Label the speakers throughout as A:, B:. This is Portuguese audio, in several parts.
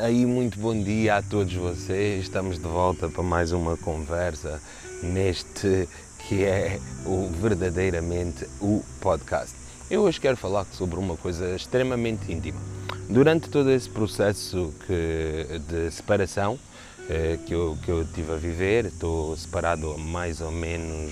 A: Aí, muito bom dia a todos vocês. Estamos de volta para mais uma conversa neste que é verdadeiramente o podcast. Eu hoje quero falar sobre uma coisa extremamente íntima. Durante todo esse processo de separação que eu tive a viver, estou separado há mais ou menos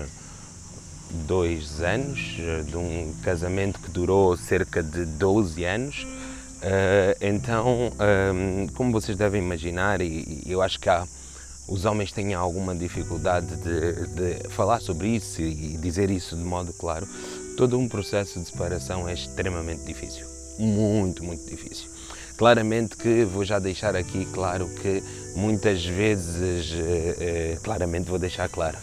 A: 2 anos, de um casamento que durou cerca de 12 anos. Então, como vocês devem imaginar, e eu acho que os homens têm alguma dificuldade de falar sobre isso e dizer isso de modo claro, todo um processo de separação é extremamente difícil, muito, muito difícil. Claramente que vou já deixar aqui claro que muitas vezes, claramente vou deixar claro,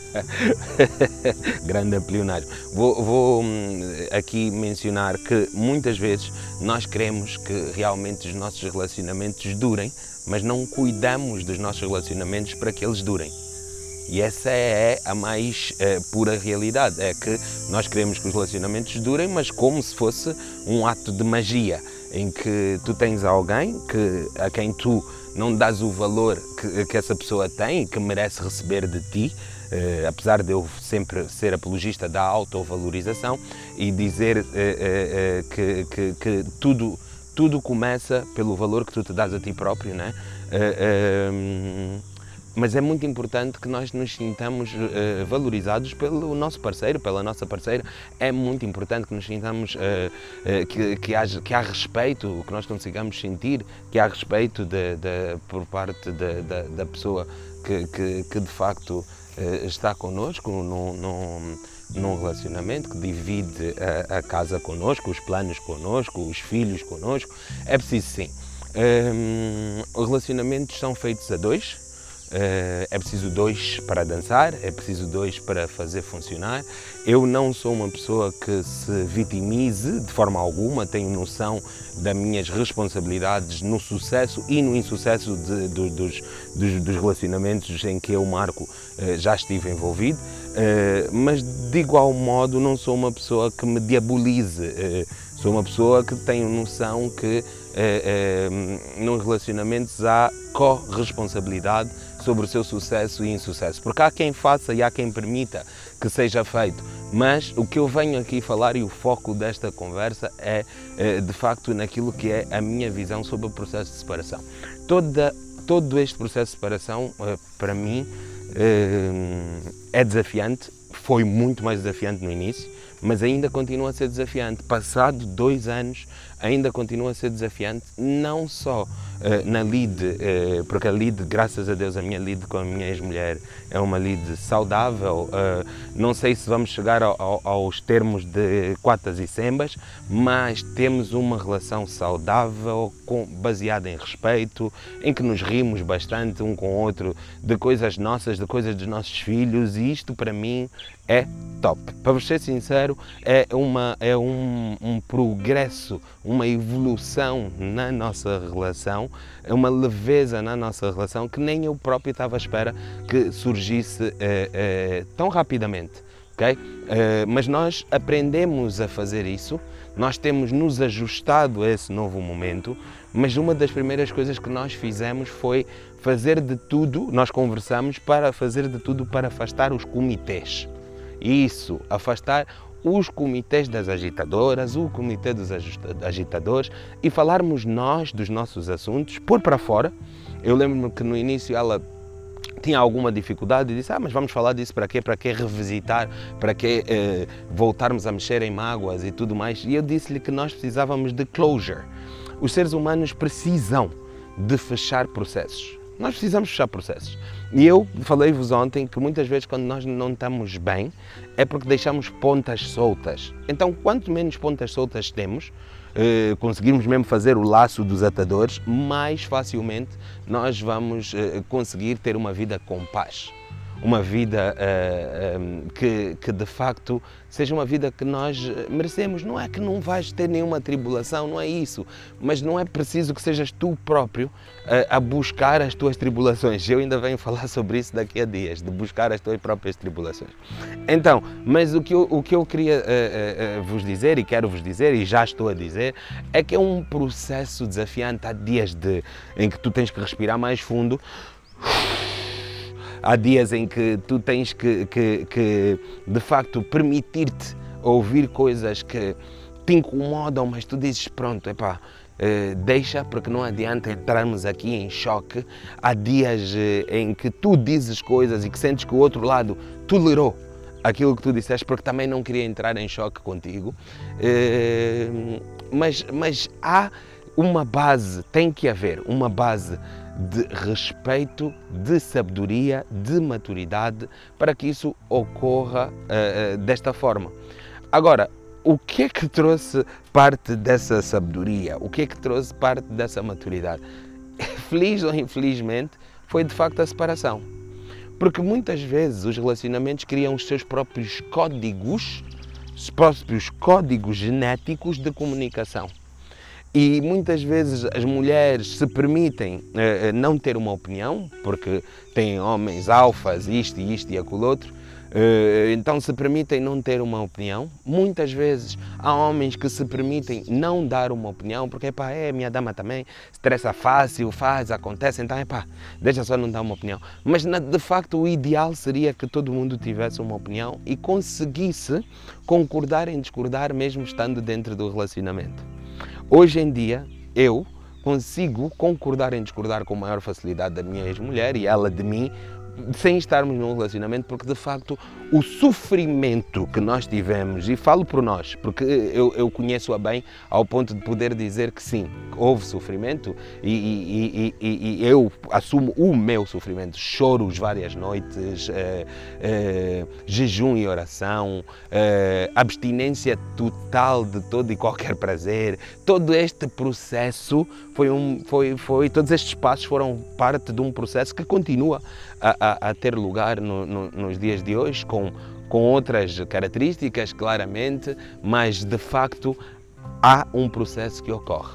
A: grande plenário, vou aqui mencionar que muitas vezes nós queremos que realmente os nossos relacionamentos durem, mas não cuidamos dos nossos relacionamentos para que eles durem. E essa é a mais pura realidade, é que nós queremos que os relacionamentos durem, mas como se fosse um ato de magia, em que tu tens alguém a quem tu não dás o valor que essa pessoa tem, que merece receber de ti, apesar de eu sempre ser apologista da autovalorização e dizer que tudo começa pelo valor que tu te dás a ti próprio, não é? Mas é muito importante que nós nos sintamos valorizados pelo nosso parceiro, pela nossa parceira. É muito importante que nos sintamos que há respeito, que nós consigamos sentir que há respeito por parte da pessoa que de facto está connosco num relacionamento, que divide a casa connosco, os planos connosco, os filhos connosco. É preciso sim. Os relacionamentos são feitos a dois. É preciso 2 para dançar, é preciso 2 para fazer funcionar. Eu não sou uma pessoa que se vitimize de forma alguma, tenho noção das minhas responsabilidades no sucesso e no insucesso dos relacionamentos em que eu, Marco, já estive envolvido, mas de igual modo não sou uma pessoa que me diabolize. Sou uma pessoa que tenho noção que nos relacionamentos há corresponsabilidade sobre o seu sucesso e insucesso, porque há quem faça e há quem permita que seja feito, mas o que eu venho aqui falar e o foco desta conversa é de facto naquilo que é a minha visão sobre o processo de separação. Todo este processo de separação, para mim, é desafiante, foi muito mais desafiante no início, mas ainda continua a ser desafiante. Passado 2 anos, ainda continua a ser desafiante, não só na lide, porque a lide, graças a Deus, a minha lide com a minha ex-mulher é uma lide saudável. Não sei se vamos chegar aos termos de quatas e sembas, mas temos uma relação saudável, baseada em respeito, em que nos rimos bastante um com o outro, de coisas nossas, de coisas dos nossos filhos, e isto para mim é top. Para vos ser sincero, é um progresso, uma evolução na nossa relação, é uma leveza na nossa relação que nem eu próprio estava à espera que surgisse tão rapidamente. Okay? Mas nós aprendemos a fazer isso, nós temos nos ajustado a esse novo momento, mas uma das primeiras coisas que nós fizemos foi fazer de tudo, nós conversamos para fazer de tudo para afastar os comitês. Isso, afastar os comitês das agitadoras, o comitê dos agitadores e falarmos nós dos nossos assuntos, pôr para fora. Eu lembro-me que no início ela tinha alguma dificuldade e disse, mas vamos falar disso para quê? Para quê revisitar? Para quê voltarmos a mexer em mágoas e tudo mais? E eu disse-lhe que nós precisávamos de closure. Os seres humanos precisam de fechar processos. Nós precisamos fechar processos. E eu falei-vos ontem que muitas vezes quando nós não estamos bem é porque deixamos pontas soltas. Então, quanto menos pontas soltas temos, conseguirmos mesmo fazer o laço dos atadores, mais facilmente nós vamos conseguir ter uma vida com paz. uma vida que de facto seja uma vida que nós merecemos. Não é que não vais ter nenhuma tribulação, não é isso, mas não é preciso que sejas tu próprio a buscar as tuas tribulações. Eu ainda venho falar sobre isso daqui a dias, de buscar as tuas próprias tribulações. Então, mas o que eu queria vos dizer, e quero vos dizer, e já estou a dizer, é que é um processo desafiante. Há dias em que tu tens que respirar mais fundo, há dias em que tu tens que de facto permitir-te ouvir coisas que te incomodam, mas tu dizes pronto, epá, deixa, porque não adianta entrarmos aqui em choque. Há dias em que tu dizes coisas e que sentes que o outro lado tolerou aquilo que tu disseste, porque também não queria entrar em choque contigo, mas há uma base, tem que haver uma base de respeito, de sabedoria, de maturidade, para que isso ocorra desta forma. Agora, o que é que trouxe parte dessa sabedoria? O que é que trouxe parte dessa maturidade? Feliz ou infelizmente, foi de facto a separação. Porque muitas vezes os relacionamentos criam os seus próprios códigos genéticos de comunicação. E muitas vezes as mulheres se permitem não ter uma opinião, porque têm homens alfas, isto e aquilo outro, então se permitem não ter uma opinião. Muitas vezes há homens que se permitem não dar uma opinião, porque epá, minha dama também estressa fácil, acontece, então epá, deixa só não dar uma opinião. Mas de facto o ideal seria que todo mundo tivesse uma opinião e conseguisse concordar em discordar mesmo estando dentro do relacionamento. Hoje em dia, eu consigo concordar em discordar com maior facilidade da minha ex-mulher e ela de mim, sem estarmos num relacionamento, porque de facto o sofrimento que nós tivemos, e falo por nós, porque eu conheço-a bem ao ponto de poder dizer que sim, houve sofrimento e eu assumo o meu sofrimento, choros várias noites, jejum e oração, abstinência total de todo e qualquer prazer. Todo este processo todos estes passos foram parte de um processo que continua a ter lugar nos dias de hoje, com outras características, claramente, mas de facto há um processo que ocorre.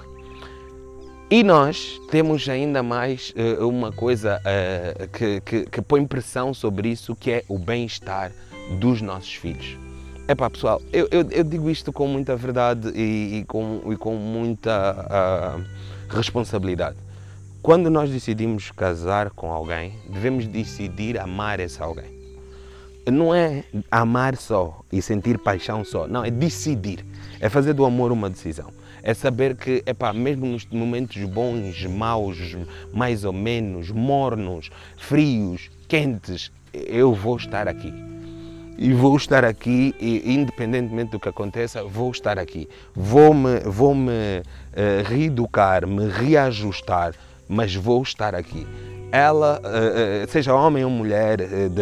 A: E nós temos ainda mais uma coisa que põe pressão sobre isso, que é o bem-estar dos nossos filhos. Epá, pessoal, eu digo isto com muita verdade e com muita responsabilidade. Quando nós decidimos casar com alguém, devemos decidir amar esse alguém. Não é amar só e sentir paixão só, não, é decidir, é fazer do amor uma decisão. É saber que, epá, mesmo nos momentos bons, maus, mais ou menos, mornos, frios, quentes, eu vou estar aqui. E vou estar aqui, e, independentemente do que aconteça, vou estar aqui. Vou-me reeducar, me reajustar, mas vou estar aqui. Ela, seja homem ou mulher,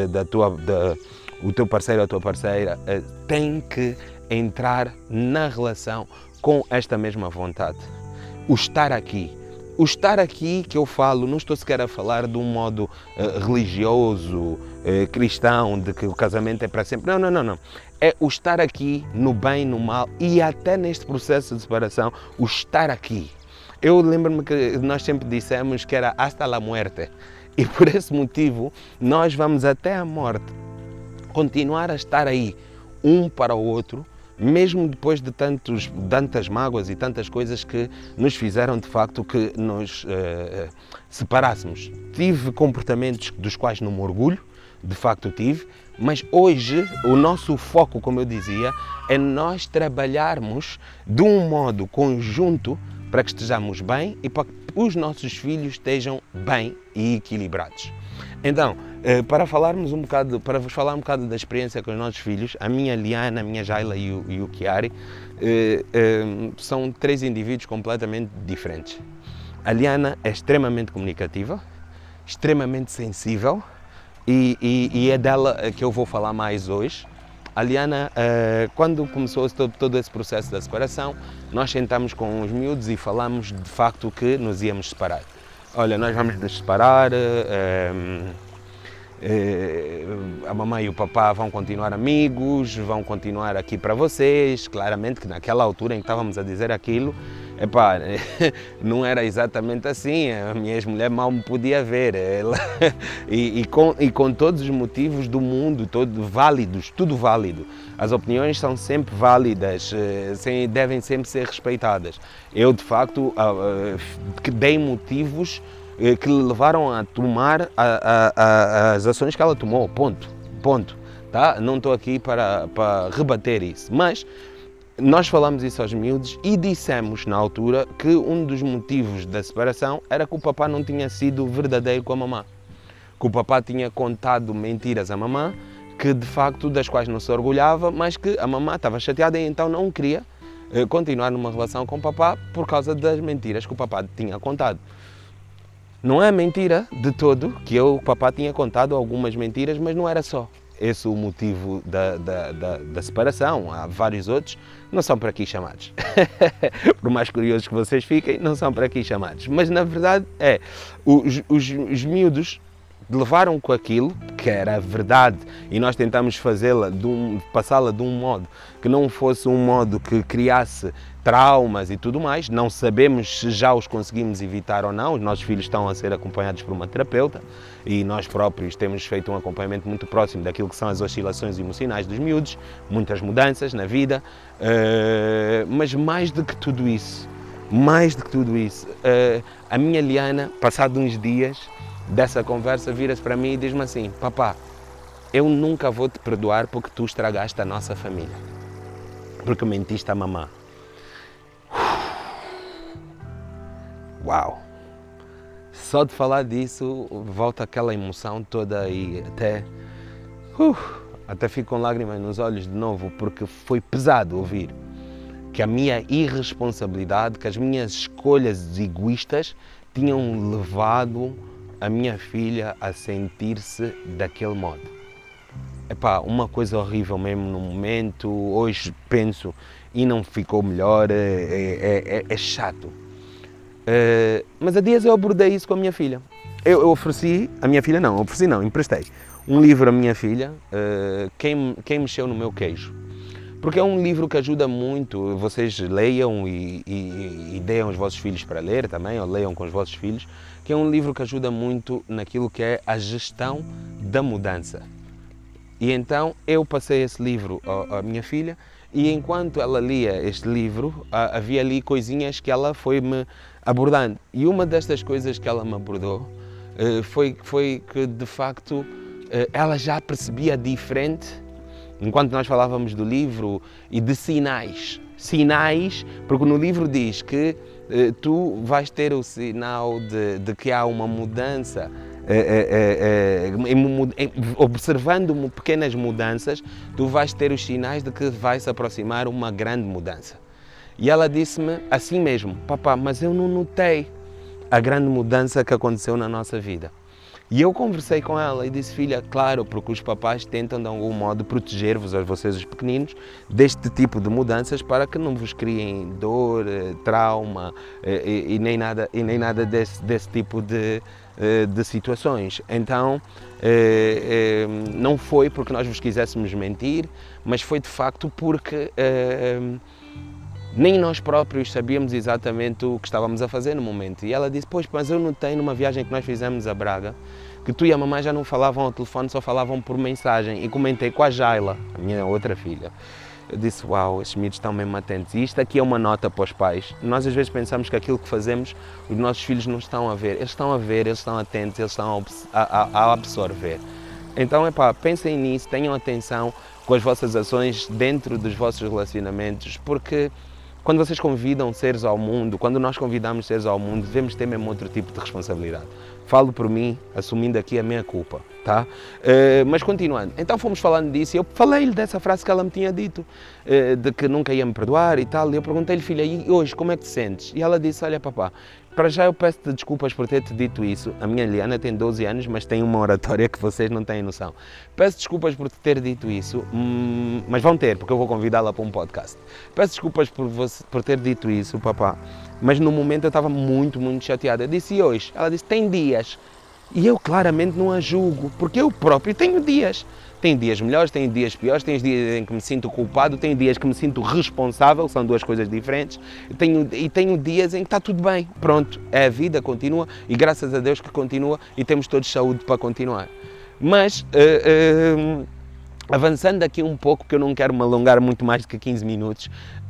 A: o teu parceiro ou a tua parceira, tem que entrar na relação com esta mesma vontade. O estar aqui. O estar aqui que eu falo, não estou sequer a falar de um modo religioso, cristão, de que o casamento é para sempre. Não. É o estar aqui no bem, no mal e até neste processo de separação, o estar aqui. Eu lembro-me que nós sempre dissemos que era hasta la muerte. E por esse motivo, nós vamos até a morte continuar a estar aí, um para o outro, mesmo depois de tantas mágoas e tantas coisas que nos fizeram de facto que nos separássemos. Tive comportamentos dos quais não me orgulho, de facto tive, mas hoje o nosso foco, como eu dizia, é nós trabalharmos de um modo conjunto para que estejamos bem e para que os nossos filhos estejam bem e equilibrados. Então, para vos falar um bocado da experiência com os nossos filhos, a minha Liana, a minha Jaila e o Chiari são três indivíduos completamente diferentes. A Liana é extremamente comunicativa, extremamente sensível e é dela que eu vou falar mais hoje. A Liana, quando começou todo esse processo da separação, nós sentamos com os miúdos e falamos de facto que nos íamos separar. Olha, nós vamos nos separar, A mamãe e o papá vão continuar amigos, vão continuar aqui para vocês. Claramente que naquela altura em que estávamos a dizer aquilo, epá, não era exatamente assim. A minha ex-mulher mal me podia ver. Ela, e com todos os motivos do mundo, válidos, tudo válido. As opiniões são sempre válidas, devem sempre ser respeitadas. Eu, de facto, que dei motivos que lhe levaram a tomar as ações que ela tomou, ponto, tá? Não estou aqui para rebater isso, mas nós falamos isso aos miúdos e dissemos na altura que um dos motivos da separação era que o papá não tinha sido verdadeiro com a mamã, que o papá tinha contado mentiras à mamã, que de facto das quais não se orgulhava, mas que a mamã estava chateada e então não queria continuar numa relação com o papá por causa das mentiras que o papá tinha contado. Não é mentira de todo que o papá tinha contado algumas mentiras, mas não era só esse o motivo da separação. Há vários outros, não são para aqui chamados. Por mais curiosos que vocês fiquem, não são para aqui chamados. Mas na verdade os miúdos levaram com aquilo, que era a verdade, e nós tentamos passá-la de um modo que não fosse um modo que criasse traumas e tudo mais. Não sabemos se já os conseguimos evitar ou não. Os nossos filhos estão a ser acompanhados por uma terapeuta e nós próprios temos feito um acompanhamento muito próximo daquilo que são as oscilações emocionais dos miúdos, muitas mudanças na vida, mas mais do que tudo isso, a minha Liana, passado uns dias dessa conversa, vira-se para mim e diz-me assim: papá, eu nunca vou te perdoar porque tu estragaste a nossa família, porque mentiste à mamã. Uau! Só de falar disso volta aquela emoção toda e até fico com lágrimas nos olhos de novo, porque foi pesado ouvir que a minha irresponsabilidade, que as minhas escolhas egoístas tinham levado a minha filha a sentir-se daquele modo. Epá, uma coisa horrível mesmo no momento. Hoje penso e não ficou melhor, é chato. Mas há dias eu abordei isso com a minha filha. Eu ofereci, a minha filha não, emprestei um livro à minha filha, Quem Mexeu no Meu Queijo. Porque é um livro que ajuda muito, vocês leiam e deem aos vossos filhos para ler também, ou leiam com os vossos filhos, que é um livro que ajuda muito naquilo que é a gestão da mudança. E então eu passei esse livro à minha filha e enquanto ela lia este livro, havia ali coisinhas que ela foi-me abordando. E uma destas coisas que ela me abordou foi que, de facto, ela já percebia diferente, enquanto nós falávamos do livro e de sinais. Sinais, porque no livro diz que tu vais ter o sinal de que há uma mudança. Observando pequenas mudanças, tu vais ter os sinais de que vai se aproximar uma grande mudança. E ela disse-me assim mesmo: papá, mas eu não notei a grande mudança que aconteceu na nossa vida. E eu conversei com ela e disse: filha, claro, porque os papás tentam de algum modo proteger-vos, a vocês os pequeninos, deste tipo de mudanças para que não vos criem dor, trauma e nem nada desse tipo de situações. Então, não foi porque nós vos quiséssemos mentir, mas foi de facto porque nem nós próprios sabíamos exatamente o que estávamos a fazer no momento. E ela disse: pois, mas eu notei numa viagem que nós fizemos a Braga, que tu e a mamãe já não falavam ao telefone, só falavam por mensagem. E comentei com a Jaila, a minha outra filha. Eu disse: uau, estes miúdos estão mesmo atentos. E isto aqui é uma nota para os pais. Nós às vezes pensamos que aquilo que fazemos, os nossos filhos não estão a ver. Eles estão a ver, eles estão atentos, eles estão a absorver. Então, pensem nisso, tenham atenção com as vossas ações dentro dos vossos relacionamentos, porque quando vocês convidam seres ao mundo, quando nós convidamos seres ao mundo, devemos ter mesmo outro tipo de responsabilidade. Falo por mim, assumindo aqui a minha culpa, tá? Mas continuando, então fomos falando disso e eu falei-lhe dessa frase que ela me tinha dito, de que nunca ia me perdoar e tal. E eu perguntei-lhe: filha, e hoje como é que te sentes? E ela disse: olha, papá, para já eu peço-te desculpas por ter-te dito isso. A minha Liana tem 12 anos, mas tem uma oratória que vocês não têm noção. Peço desculpas por te ter dito isso, mas vão ter, porque eu vou convidá-la para um podcast. Peço desculpas por ter dito isso, papá, mas no momento eu estava muito, muito chateada. Eu disse: e hoje? Ela disse: tem dias E eu claramente não a julgo, porque eu próprio tenho dias. Tenho dias melhores, tenho dias piores, tenho dias em que me sinto culpado, tenho dias que me sinto responsável, são duas coisas diferentes, tenho dias em que está tudo bem, pronto, é a vida, continua, e graças a Deus que continua, e temos todos saúde para continuar. Mas, avançando aqui um pouco, porque eu não quero me alongar muito mais do que 15 minutos,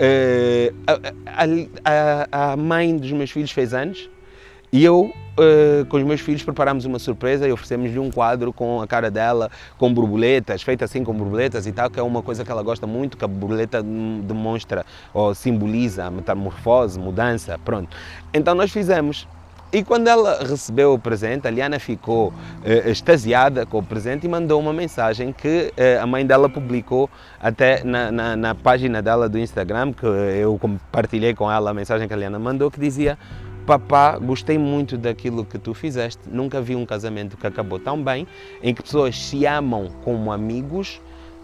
A: a mãe dos meus filhos fez anos, e eu, com os meus filhos, preparámos uma surpresa e oferecemos-lhe um quadro com a cara dela, com borboletas, feito assim com borboletas e tal, que é uma coisa que ela gosta muito, que a borboleta demonstra ou simboliza a metamorfose, mudança, pronto. Então nós fizemos. E quando ela recebeu o presente, a Liana ficou extasiada com o presente e mandou uma mensagem que a mãe dela publicou até na página dela do Instagram, que eu compartilhei com ela a mensagem que a Liana mandou, que dizia: papá, gostei muito daquilo que tu fizeste, nunca vi um casamento que acabou tão bem, em que pessoas se amam como amigos,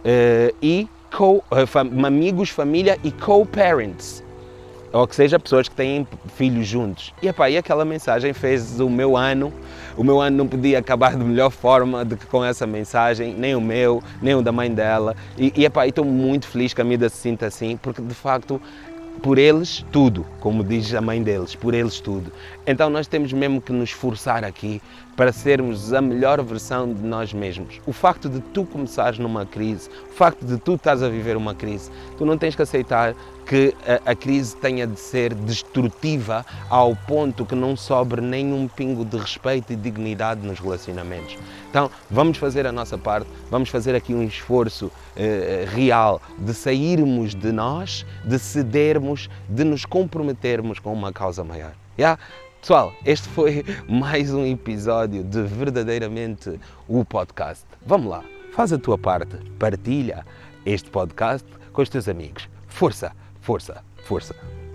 A: amigos, família e co-parents. Ou que seja, pessoas que têm filhos juntos. E aquela mensagem fez o meu ano não podia acabar de melhor forma do que com essa mensagem, nem o meu, nem o da mãe dela. E estou muito feliz que a Mida se sinta assim, porque de facto, por eles tudo, como diz a mãe deles, por eles tudo. Então nós temos mesmo que nos esforçar aqui para sermos a melhor versão de nós mesmos. O facto de tu começares numa crise, o facto de tu estás a viver uma crise, tu não tens que aceitar que a crise tenha de ser destrutiva ao ponto que não sobre nenhum pingo de respeito e dignidade nos relacionamentos. Então, vamos fazer a nossa parte, vamos fazer aqui um esforço real de sairmos de nós, de cedermos, de nos comprometermos com uma causa maior. Pessoal, este foi mais um episódio de Verdadeiramente o Podcast. Vamos lá, faz a tua parte, partilha este podcast com os teus amigos. Força, força, força!